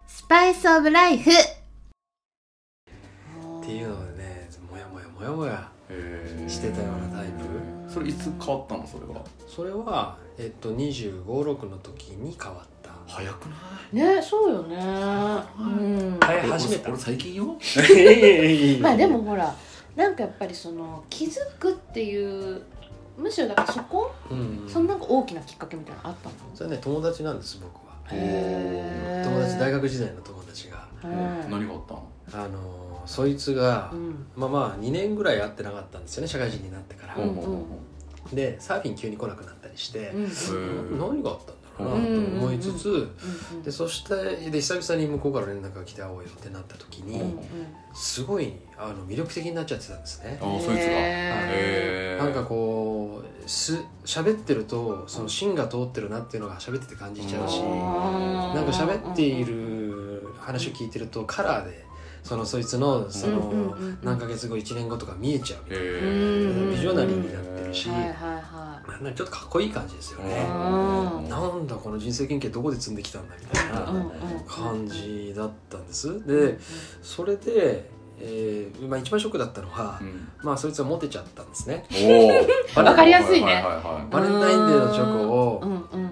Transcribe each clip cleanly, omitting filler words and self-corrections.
スパイスオブライフっていうのでね、もやもやしてたようなタイプ。 それいつ変わったの？それは 25、6の時に変わった。 早くない？ ね、そうよね。 始めた。 俺最近よ。 まあでもほら、なんかやっぱりその気づくっていう、むしろだからそこ、そんな大きなきっかけみたいなのあったの？ それね、友達なんです僕は。 へー。 友達、大学時代の友達が。 何があったの？ そいつが、まあ2年ぐらい会ってなかったんですよね、社会人になってから。でサーフィン急に来なくなったりして、何があったんだろうなと思いつつ、でそして久々に向こうから連絡が来て会おうよってなった時に、すごい魅力的になっちゃってたんですね。 そいつがなんかこう喋ってるとその芯が通ってるなっていうのが喋ってて感じちゃうし、なんか喋っている話を聞いてるとカラーでそいつの何ヶ月後1年後とか見えちゃうみたいな、ビジョナリーになってるし、ちょっとかっこいい感じですよね。なんだこの人生経験どこで積んできたんだみたいな感じだったんです。でそれで一番ショックだったのは、そいつはモテちゃったんですね。 わかりやすいね。 バレンタインデーのチョコを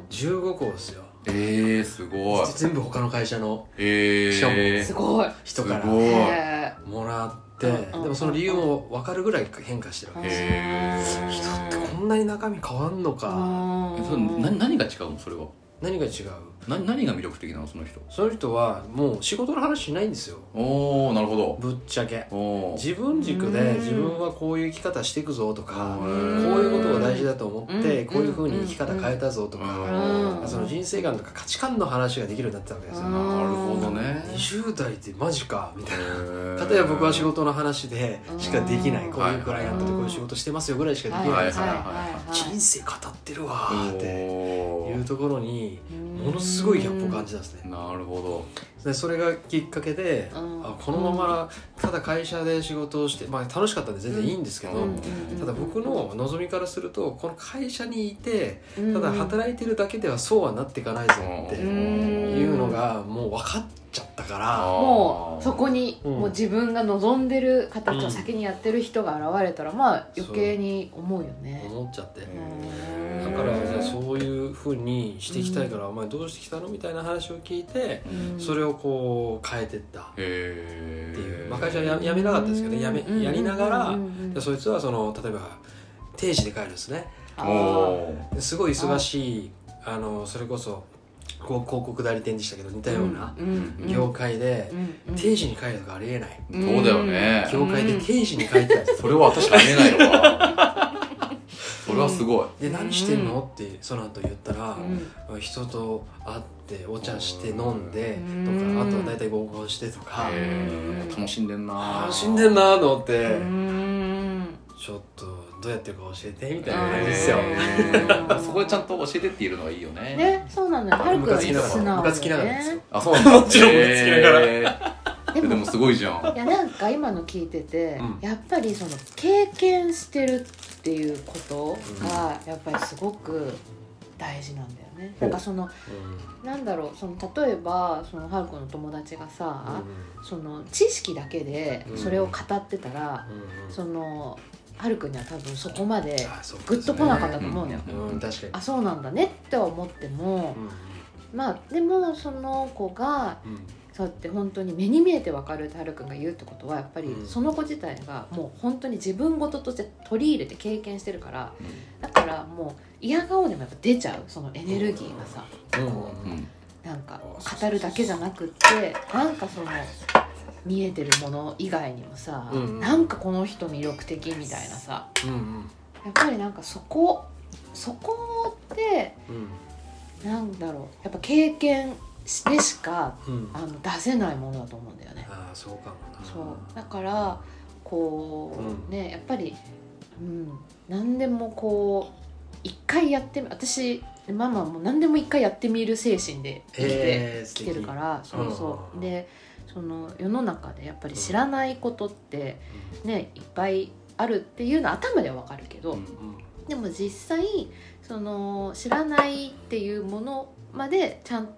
15個ですよ。 すごい。 全部他の会社のすごい人からもらって、でもその理由も分かるぐらい変化してるわけですよ。人ってこんなに中身変わんのか。 何が違うの？それは何が違う？ 何が魅力的なの？その人はもう仕事の話しないんですよ。 なるほど。 ぶっちゃけ自分軸で自分はこういう生き方していくぞとか、こういうことが大事だと思ってこういう風に生き方変えたぞとか、その人生観とか価値観の話ができるようになってたわけですよ。 なるほどね。 20代でマジかみたいな。例えば僕は仕事の話でしかできない、こういうクライアントでこういう仕事してますよぐらいしかできないんですが、人生語ってるわっていうところにものすごいギャップを感じたんですね。 なるほど。 でそれがきっかけで、このままただ会社で仕事をして、楽しかったんで全然いいんですけど、ただ僕の望みからするとこの会社にいてただ働いてるだけではそうはなっていかないぞっていうのがもう分かっちゃったから、 もうそこにもう自分が望んでる形を先にやってる人が現れたら、余計に思うよね。 思っちゃって、だからじゃあそういう風にしていきたいから、お前どうしてきたのみたいな話を聞いて、それをこう変えてったっていう、会社は辞めなかったですけどね、やりながら、そいつは例えば定時で帰るんですね。すごい忙しいそれこそ広告代理店でしたけど似たような業界で定時に帰るとかありえない。 そうだよね。 業界で定時に帰ってたんです。 それは私ありえないのか。それはすごい。 で何してんのってその後言ったら、人と会ってお茶して飲んでとか、あとは大体合コンしてとか、 楽しんでんなと思って、ちょっとどうやってるか教えてみたいな感じですよ。 そこでちゃんと教えてって言えるのがいいよね。 ね、そうなんだよ。はるくんは素直ムカつきながらですよ。 そうなんだ。 もちろんムカつきながら。 でもすごいじゃん。 いや、なんか今の聞いてて、やっぱりその経験してるっていうことがやっぱりすごく大事なんだよね。なんかなんだろう、例えばはるくんの友達がさ、知識だけでそれを語ってたら、はるくんには多分そこまでグッと来なかったと思うのよ。 確かに。 あ、そうなんだねって思っても、でもその子がそうやって本当に目に見えて分かるってはるくんが言うってことは、やっぱりその子自体がもう本当に自分事として取り入れて経験してるから、だからもう嫌顔でもやっぱ出ちゃう、そのエネルギーがさ、なんか語るだけじゃなくって、なんか見えてるもの以外にもさ、なんかこの人魅力的みたいなさ、やっぱりなんかそこって、なんだろう、やっぱ経験でしか、出せないものだと思うんだよね。 そうかもな。 そうだからね、やっぱり、何でも一回やって私ママも何でも一回やってみる精神で生きてきてるから、で世の中でやっぱり知らないことってね、いっぱいあるっていうのは頭では分かるけど、でも実際知らないっていうものまでちゃんと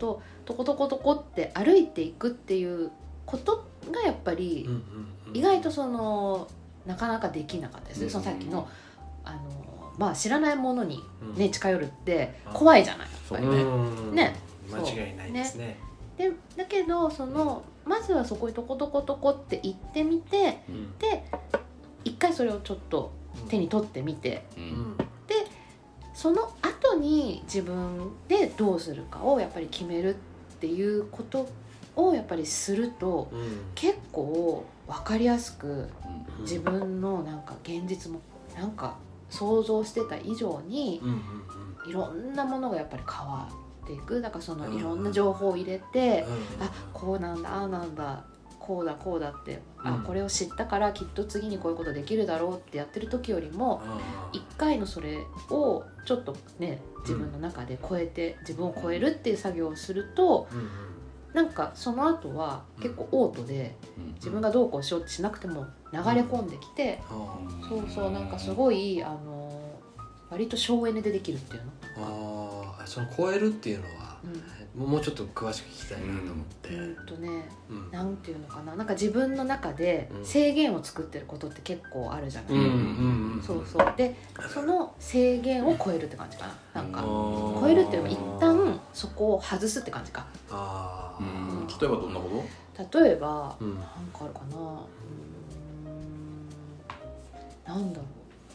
トコトコトコって歩いていくっていうことがやっぱり意外とそのなかなかできなかったですね。そのさっきのまあ知らないものにね近寄るって怖いじゃない、やっぱりね。 間違いないですね。 でだけどまずはそこにトコトコトコって行ってみて、で一回それをちょっと手に取ってみて、でその後に自分でどうするかをやっぱり決めるっていうことをやっぱりすると、結構分かりやすく自分のなんか現実もなんか想像してた以上にいろんなものがやっぱり変わっていく。だからそのいろんな情報を入れて、あこうなんだああなんだこうだこうだって、あこれを知ったからきっと次にこういうことできるだろうってやってる時よりも、一回のそれをちょっとね自分の中で超えて、自分を超えるっていう作業をすると、なんかその後は結構オートで自分がどうこうしようってしなくても流れ込んできて、そうそうなんかすごい割と省エネでできるっていうの。 その超えるっていうのは、もうちょっと詳しく聞きたいなと思って。 なんていうのかな、なんか自分の中で制限を作ってることって結構あるじゃない。そうそうでその制限を超えるって感じかな。なんか超えるっていうのは一旦そこを外すって感じか。 例えばどんなこと？ 例えば、なんかあるかな。なんだろう。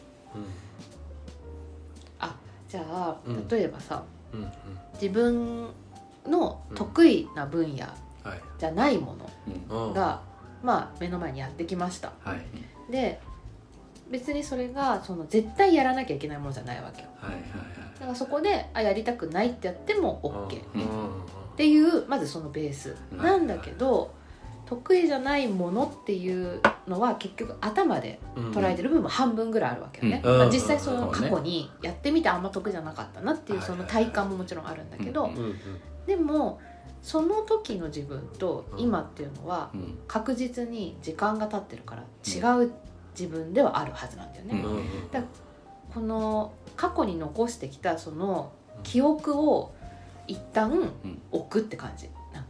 じゃあ例えばさ、自分の得意な分野じゃないものが、まあ目の前にやってきました。で別にそれが絶対やらなきゃいけないものじゃないわけよ。だからそこでやりたくないってやっても OK っていうまずそのベースなんだけど、得意じゃないものっていうのは結局頭で捉えてる部分も半分ぐらいあるわけよね。実際その過去にやってみてあんま得意じゃなかったなっていうその体感ももちろんあるんだけど、でもその時の自分と今っていうのは確実に時間が経ってるから違う自分ではあるはずなんだよね。だからこの過去に残してきたその記憶を一旦置くって感じ。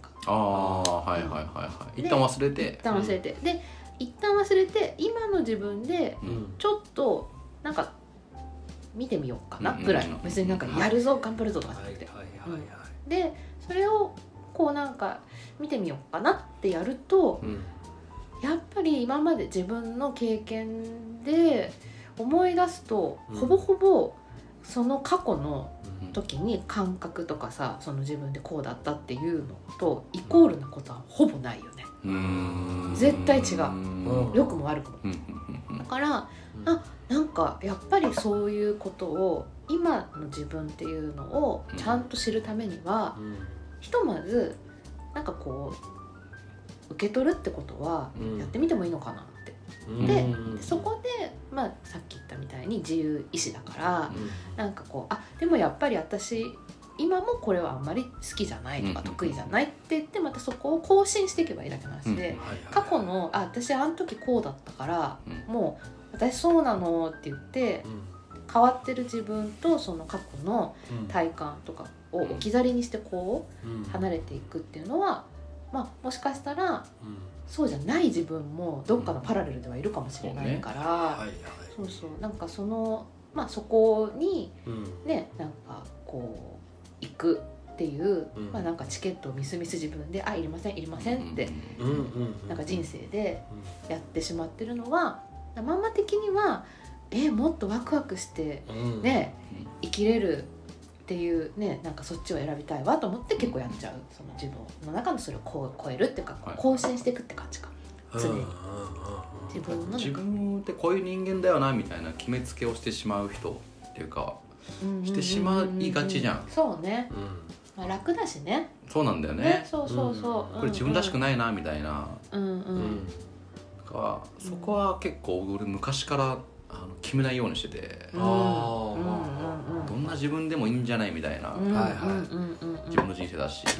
一旦忘れてで一旦忘れて今の自分でちょっとなんか見てみようかなぐらいの、別になんかやるぞ頑張るぞとかじゃなくて、でそれをこうなんか見てみようかなってやると、やっぱり今まで自分の経験で思い出すと、ほぼほぼその過去の時に感覚とかさ、その自分でこうだったっていうのとイコールなことはほぼないよね。絶対違う、良くも悪くも。だからなんかやっぱりそういうことを今の自分っていうのをちゃんと知るためには、ひとまずなんかこう受け取るってことはやってみてもいいのかなって。でそこで、さっき言ったみたいに自由意志だから、なんかこうでもやっぱり私今もこれはあんまり好きじゃないとか得意じゃないって言って、またそこを更新していけばいいだけの話で、過去の私あの時こうだったから、もう私そうなのって言って、変わってる自分とその過去の体感とかを置き去りにしてこう離れていくっていうのは、もしかしたらそうじゃない自分もどっかのパラレルではいるかもしれないから、そうそうなんかそのそこにね、なんかこう行くっていう、なんかチケットをミスミス自分でいりませんいりませんって、なんか人生でやってしまってるのは、ママ的にはもっとワクワクしてね、生きれるっていうね、なんかそっちを選びたいわと思って結構やっちゃう。その自分の中のそれを超えるっていうか、更新していくって感じか。常に自分ってこういう人間だよなみたいな決めつけをしてしまう人っていうか、してしまいがちじゃん。 そうね、楽だしね。 そうなんだよね。 そうそうそう、 これ自分らしくないなみたいな。そこは結構俺昔から決めないようにしてて、どんな自分でもいいんじゃないみたいな、自分の人生だし、だ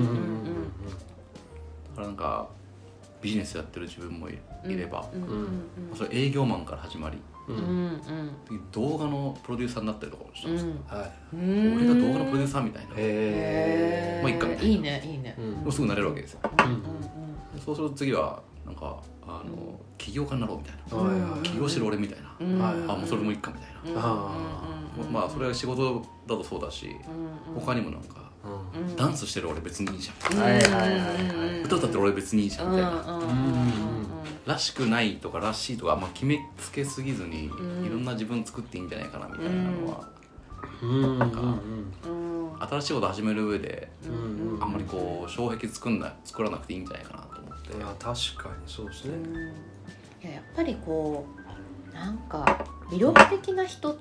からなんかビジネスやってる自分もいれば、それ営業マンから始まり、 動画のプロデューサーになったりとかもしたんですよ、 俺が動画のプロデューサーみたいな、まあいっかみたいな、 いいね、 もうすぐなれるわけですよ、そうすると次はなんか起業家になろうみたいな、起業してる俺みたいな、もうそれでもいいかみたいな、まあそれは仕事だとそうだし、他にもなんかダンスしてる俺別にいいじゃん、歌歌ってる俺別にいいじゃんみたいな、らしくないとからしいとか、決めつけすぎずにいろんな自分作っていいんじゃないかなみたいなのは、なんか新しいこと始める上であんまりこう障壁作らなくていいんじゃないかなと思って。 いや確かにそうですね。 やっぱりこうなんか魅力的な人って、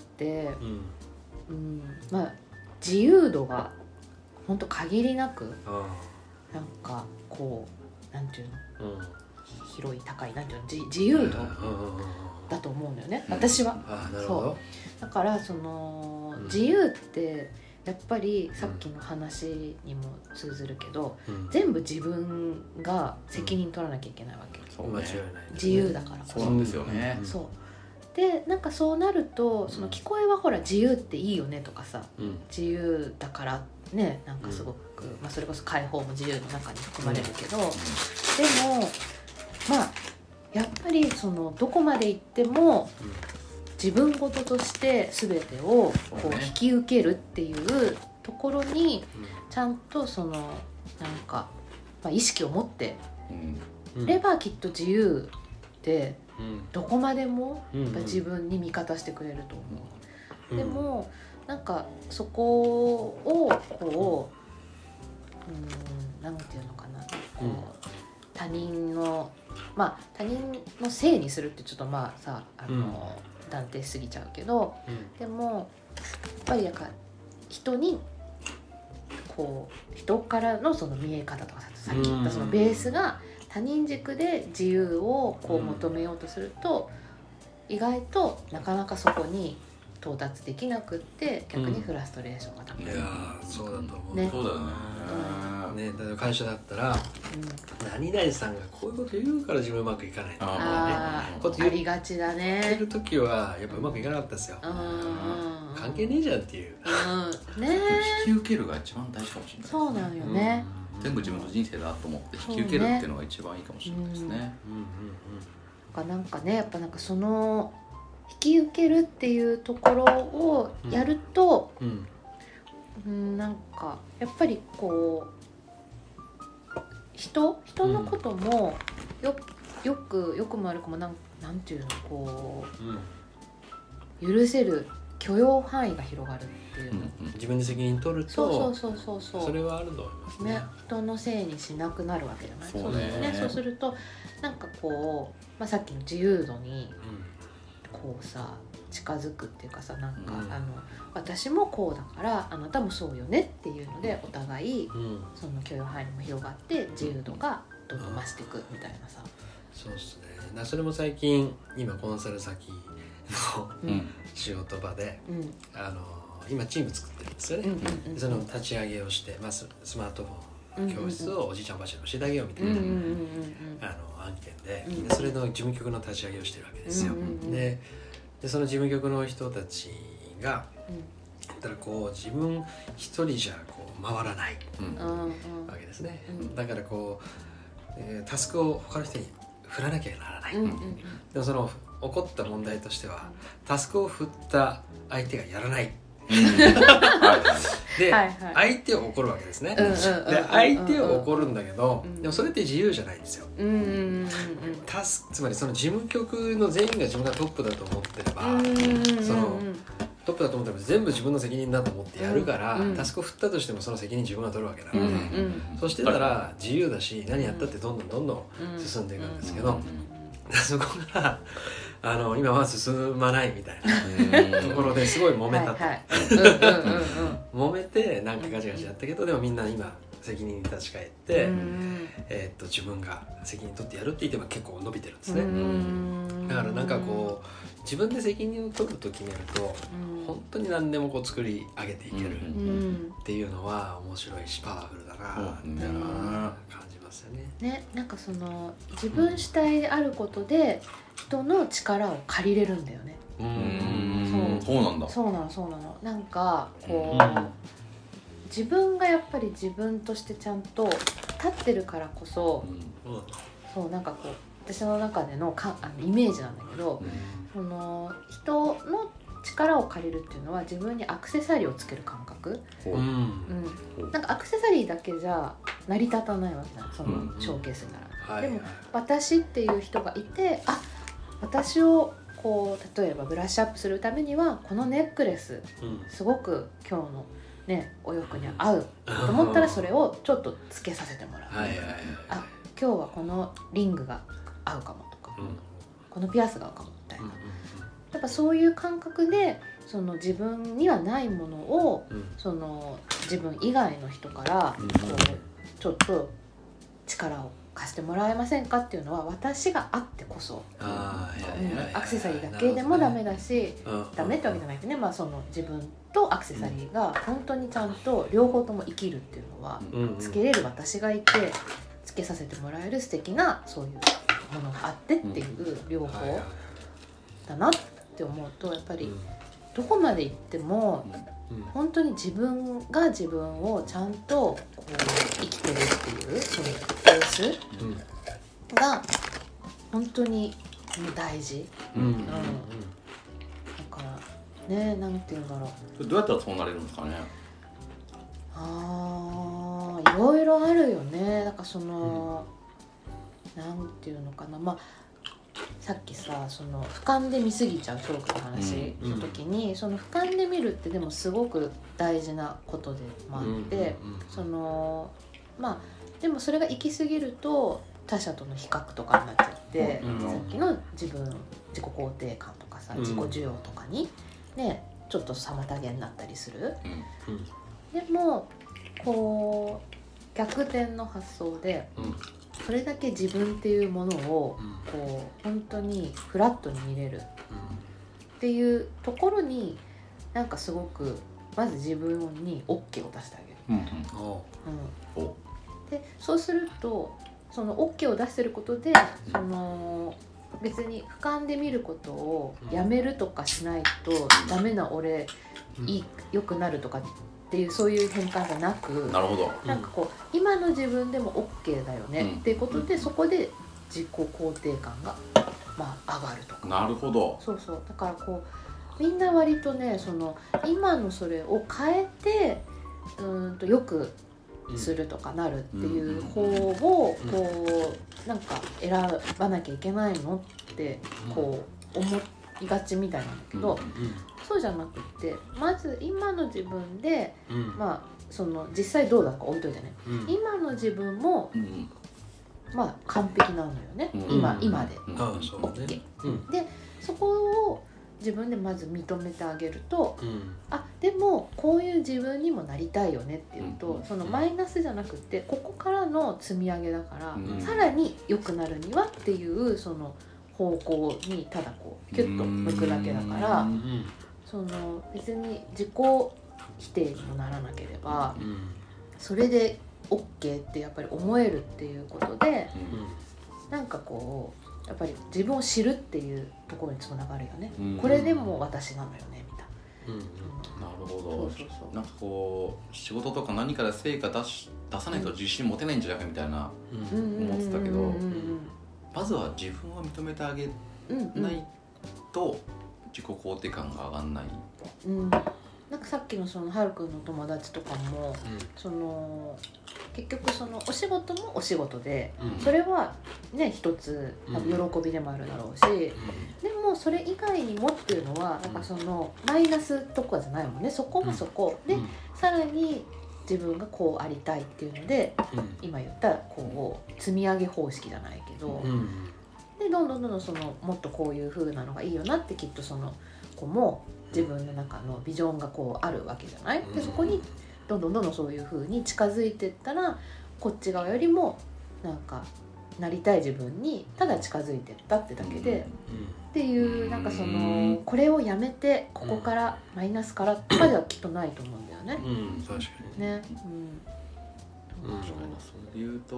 自由度が本当限りなくなんかこうなんていうの、広い高いなんていうの自由度だと思うんだよね、私は。そうだからその自由ってやっぱりさっきの話にも通ずるけど、全部自分が責任取らなきゃいけないわけ、 間違いない、 自由だからこそ。 そうなんですよね。 そうでなんかそうなるとその聞こえはほら自由っていいよねとかさ、自由だからねなんかすごく、それこそ解放も自由の中に含まれるけど、でもやっぱりそのどこまで行っても自分事として全てをこう引き受けるっていうところにちゃんとそのなんか、意識を持ってればきっと自由ってどこまでもやっぱ自分に味方してくれると思う。でもなんかそこをこうなんていうのかな、こう他人のせいにするってちょっと断定しすぎちゃうけど、でもやっぱりなんか人にこう人からのその見え方とかさっき言ったそのベースが他人軸で自由をこう求めようとすると、意外となかなかそこに到達できなくって逆にフラストレーションがたまる。 いやそうだと思う。 ね、 そうだよね。 だから会社だったら、何々さんがこういうこと言うから自分うまくいかないとかね、 ありがちだね。 言ってる時はやっぱうまくいかなかったですよ。関係ねえじゃんっていう。 ね、 引き受けるが一番大事かもしれない。 そうなんよね。 全部自分の人生だと思って引き受けるっていうのが一番いいかもしれないですね。 なんかね、やっぱなんかその引き受けるっていうところをやると、なんかやっぱりこう人のこともよくも悪くもなんていうのこう、許せる許容範囲が広がるっていうの、 自分で責任取るとそうそれはあると思いますね。 人のせいにしなくなるわけじゃない。そうするとなんかこう、さっきの自由度にこうさ近づくっていうかさ、なんか、私もこうだからあなたもそうよねっていうのでお互い、その許容範囲も広がって自由度がどんどん増していくみたいなさ。 そうですね。それも最近今コンサル先の、仕事場で、今チーム作ってるんですよね。その立ち上げをして、スマートフォン教室をおじいちゃんおばあちゃんに教えてあげようみたいな案件で、それの事務局の立ち上げをしてるわけですよ。でその事務局の人たちがだからこう自分一人じゃこう回らないわけですね。だからこう、タスクを他の人に振らなきゃならない。でもその起こった問題としては、タスクを振った相手がやらない。で、相手を怒るわけですね。で相手を怒るんだけど、でもそれって自由じゃないんですよ。つまりその事務局の全員が自分がトップだと思ってれば、そのトップだと思ってれば全部自分の責任だと思ってやるから、タスクを振ったとしてもその責任自分が取るわけなので、そしてたら自由だし何やったってどんどん進んでいくんですけど、そこが今は進まないみたいなところですごい揉めたと。揉めてなんかガチガチやったけど、でもみんな今責任に立ち返って、自分が責任取ってやるって言っても結構伸びてるんですね。だからなんかこう自分で責任を取ると決めると、本当に何でもこう作り上げていけるっていうのは面白いしパワフルだなって感じますよね。 なんかその自分主体であることで人の力を借りれるんだよね。 そうなんだ。 そうなのなんかこう、自分がやっぱり自分としてちゃんと立ってるからこそ、そうなんかこう私の中でのイメージなんだけど、その人の力を借りるっていうのは自分にアクセサリーをつける感覚、なんかアクセサリーだけじゃ成り立たないわけだ、そのショーケースなら、でも私っていう人がいて、私をこう例えばブラッシュアップするためにはこのネックレス、すごく今日のねお洋服に合うと思ったらそれをちょっとつけさせてもらう、今日はこのリングが合うかもとか、このピアスが合うかもみたいな、やっぱそういう感覚でその自分にはないものを、その自分以外の人からこうちょっと力を貸してもらえませんかっていうのは私があってこそ、アクセサリーだけでもダメだし、ダメってわけじゃなくてね、その自分とアクセサリーが本当にちゃんと両方とも生きるっていうのは、つけれる私がいてつけさせてもらえる素敵なそういうものがあってっていう両方だなって思うと、やっぱりどこまで行っても本当に自分が自分をちゃんとこう生きてるっていうそのベースが本当に大事、だからね、なんていうんだろう、どうやったらそうなれるんですかね。 いろいろあるよね。だからその、なんていうのかな、さっきさその俯瞰で見すぎちゃうトークの話の時に、その俯瞰で見るってでもすごく大事なことでもあって、そのでもそれが行き過ぎると他者との比較とかになっちゃって、さっきの自己肯定感とかさ、自己需要とかにねちょっと妨げになったりする、でもこう逆転の発想で、それだけ自分っていうものをこう本当にフラットに見れるっていうところになんかすごくまず自分に OK を出してあげる、でそうするとその OK を出してることで、その別に俯瞰で見ることをやめるとかしないとダメな俺良くなるとかっていうそういう変換がなく、 なるほど、 なんかこう今の自分でも OK だよねっていうことで、そこで自己肯定感が上がるとか。 なるほど。 そうだからこうみんな割とねその今のそれを変えて良くするとかなるっていう方をこうなんか選ばなきゃいけないのってこう思いがちみたいなんだけど、そうじゃなくってまず今の自分で、その実際どうだか置いといてね、今の自分も、完璧なのよね、今で、OK、でそこを自分でまず認めてあげると、でもこういう自分にもなりたいよねっていうと、そのマイナスじゃなくてここからの積み上げだから、さらに良くなるにはっていうその方向にただこうキュッと向くだけだから、その別に自己否定にもならなければ、それで OK ってやっぱり思えるっていうことで、なんかこうやっぱり自分を知るっていうところにつながるよね、これでも私なのよねみたいな、 なるほど。なんかこう仕事とか何かで成果出さないと自信持てないんじゃないかみたいな思ってたけど、まずは自分を認めてあげないと自己肯定感が上がんない、 なんかさっきのそのはるくんの友達とかも、その結局そのお仕事もお仕事で、それはね一つ多分喜びでもあるだろうし、でもそれ以外にもっていうのはなんかそのマイナスとかじゃないもんね、そこもそこで、さらに自分がこうありたいっていうので、今言ったこう積み上げ方式じゃないけど、でどんどんそのもっとこういう風なのがいいよなってきっとその子も自分の中のビジョンがこうあるわけじゃない。でそこにどんどんそういう風に近づいていったら、こっち側よりもなんかなりたい自分にただ近づいていったってだけで、っていうなんかそのこれをやめてここからマイナスからとかではきっとないと思うんだよね。 確かにね。 それで言うと、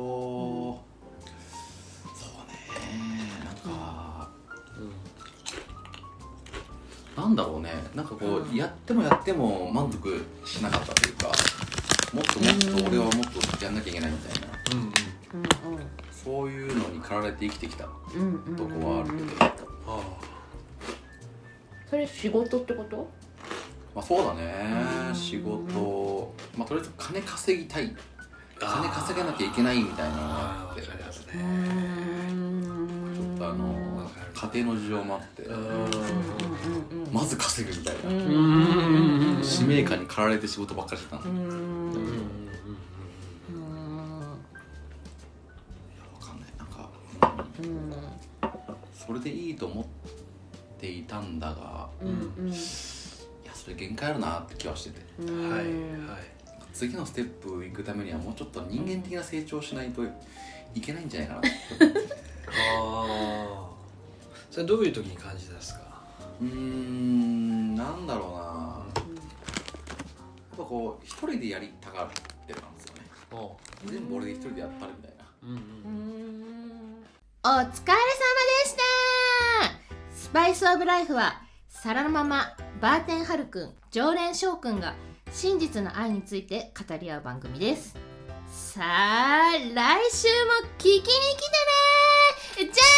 そうね、なんか、 なんだろうね、なんかこう、やっても満足しなかったというか、もっと俺はもっとやんなきゃいけないみたいな、そういうのに駆られて生きてきたとこはあるけど、 それ仕事ってこと？ まあそうだね、仕事、まあとりあえず金稼ぎたい、金稼げなきゃいけないみたいなのがあって、ちょっと家庭の事情もあって、まず稼ぐみたいな使命感に駆られて仕事ばっかりしてたの。わかんない、なんか、それでいいと思っていたんだが、いやそれ限界あるなって気はしてて、次のステップ行くためにはもうちょっと人間的な成長しないといけないんじゃないかなって思ってて。 それどういう時に感じたんですか？ なんだろうな、やっぱこう一人でやりたがってるんですよね。全部俺で一人でやったるみたいな。 お疲れ様でした。スパイスオブライフは皿のままバーテンハルくん、常連翔くんが真実の愛について語り合う番組です。さあ来週も聞きに来てね。じゃあ